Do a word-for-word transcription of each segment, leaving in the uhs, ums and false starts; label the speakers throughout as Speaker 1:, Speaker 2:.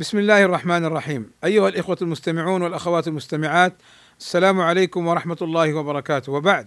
Speaker 1: بسم الله الرحمن الرحيم، أيها الإخوة المستمعون والأخوات المستمعات، السلام عليكم ورحمة الله وبركاته، وبعد،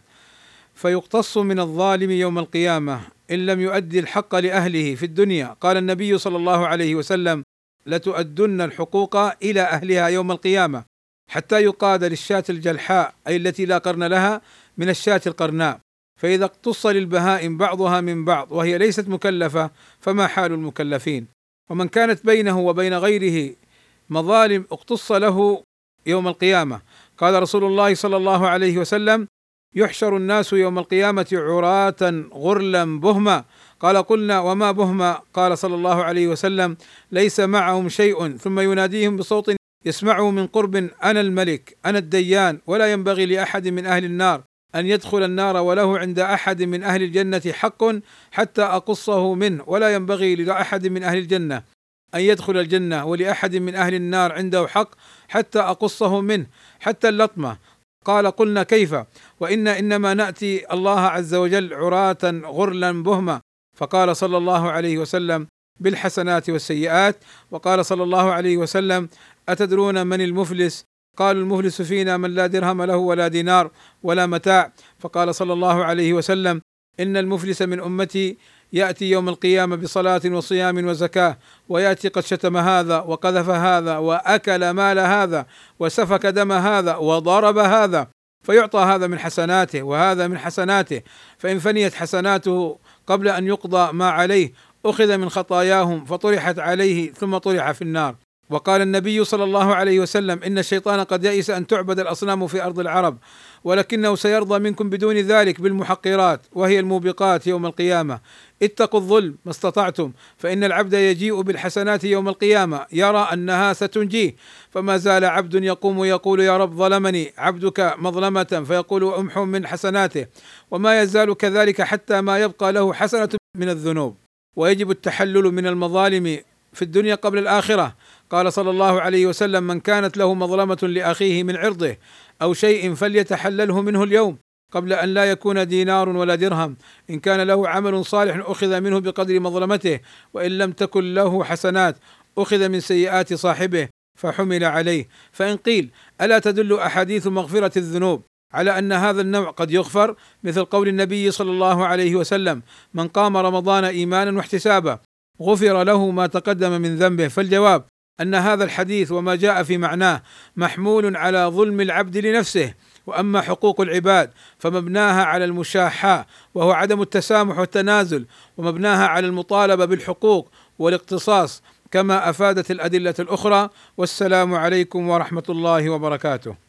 Speaker 1: فيقتص من الظالم يوم القيامة إن لم يؤدي الحق لأهله في الدنيا. قال النبي صلى الله عليه وسلم: لتؤدن الحقوق إلى أهلها يوم القيامة حتى يقاد للشاة الجلحاء، أي التي لا قرن لها، من الشاة القرناء، فإذا اقتص للبهائم بعضها من بعض وهي ليست مكلفة فما حال المكلفين؟ ومن كانت بينه وبين غيره مظالم اقتص له يوم القيامة. قال رسول الله صلى الله عليه وسلم: يحشر الناس يوم القيامة عراة غرلا بهما. قال: قلنا وما بهما؟ قال صلى الله عليه وسلم: ليس معهم شيء، ثم يناديهم بصوت يسمعه من قرب: أنا الملك، أنا الديان، ولا ينبغي لأحد من أهل النار أن يدخل النار وله عند أحد من أهل الجنة حق حتى أقصه منه، ولا ينبغي لأحد من أهل الجنة أن يدخل الجنة ولأحد من أهل النار عنده حق حتى أقصه منه، حتى اللطمة. قال: قلنا كيف؟ وإنا إنما نأتي الله عز وجل عراة غرلا بهما. فقال صلى الله عليه وسلم: بالحسنات والسيئات. وقال صلى الله عليه وسلم: أتدرون من المفلس؟ قالوا: المفلس فينا من لا درهم له ولا دينار ولا متاع. فقال صلى الله عليه وسلم: إن المفلس من أمتي يأتي يوم القيامة بصلاة وصيام وزكاة، ويأتي قد شتم هذا وقذف هذا وأكل مال هذا وسفك دم هذا وضرب هذا، فيعطى هذا من حسناته وهذا من حسناته، فإن فنيت حسناته قبل أن يقضى ما عليه أخذ من خطاياهم فطرحت عليه ثم طرح في النار. وقال النبي صلى الله عليه وسلم: إن الشيطان قد يئس أن تعبد الأصنام في أرض العرب، ولكنه سيرضى منكم بدون ذلك بالمحقرات وهي الموبقات يوم القيامة. اتقوا الظلم ما استطعتم، فإن العبد يجيء بالحسنات يوم القيامة يرى أنها ستنجيه، فما زال عبد يقوم يقول: يا رب ظلمني عبدك مظلمة، فيقول: امحو من حسناته، وما يزال كذلك حتى ما يبقى له حسنة من الذنوب. ويجب التحلل من المظالم في الدنيا قبل الآخرة. قال صلى الله عليه وسلم: من كانت له مظلمة لأخيه من عرضه أو شيء فليتحلله منه اليوم قبل أن لا يكون دينار ولا درهم. إن كان له عمل صالح أخذ منه بقدر مظلمته، وإن لم تكن له حسنات أخذ من سيئات صاحبه فحمل عليه. فإن قيل: ألا تدل أحاديث مغفرة الذنوب على أن هذا النوع قد يغفر، مثل قول النبي صلى الله عليه وسلم: من قام رمضان إيمانا واحتسابا غفر له ما تقدم من ذنبه؟ فالجواب أن هذا الحديث وما جاء في معناه محمول على ظلم العبد لنفسه، وأما حقوق العباد فمبناها على المشاحة وهو عدم التسامح والتنازل، ومبناها على المطالبة بالحقوق والاقتصاص كما أفادت الأدلة الأخرى. والسلام عليكم ورحمة الله وبركاته.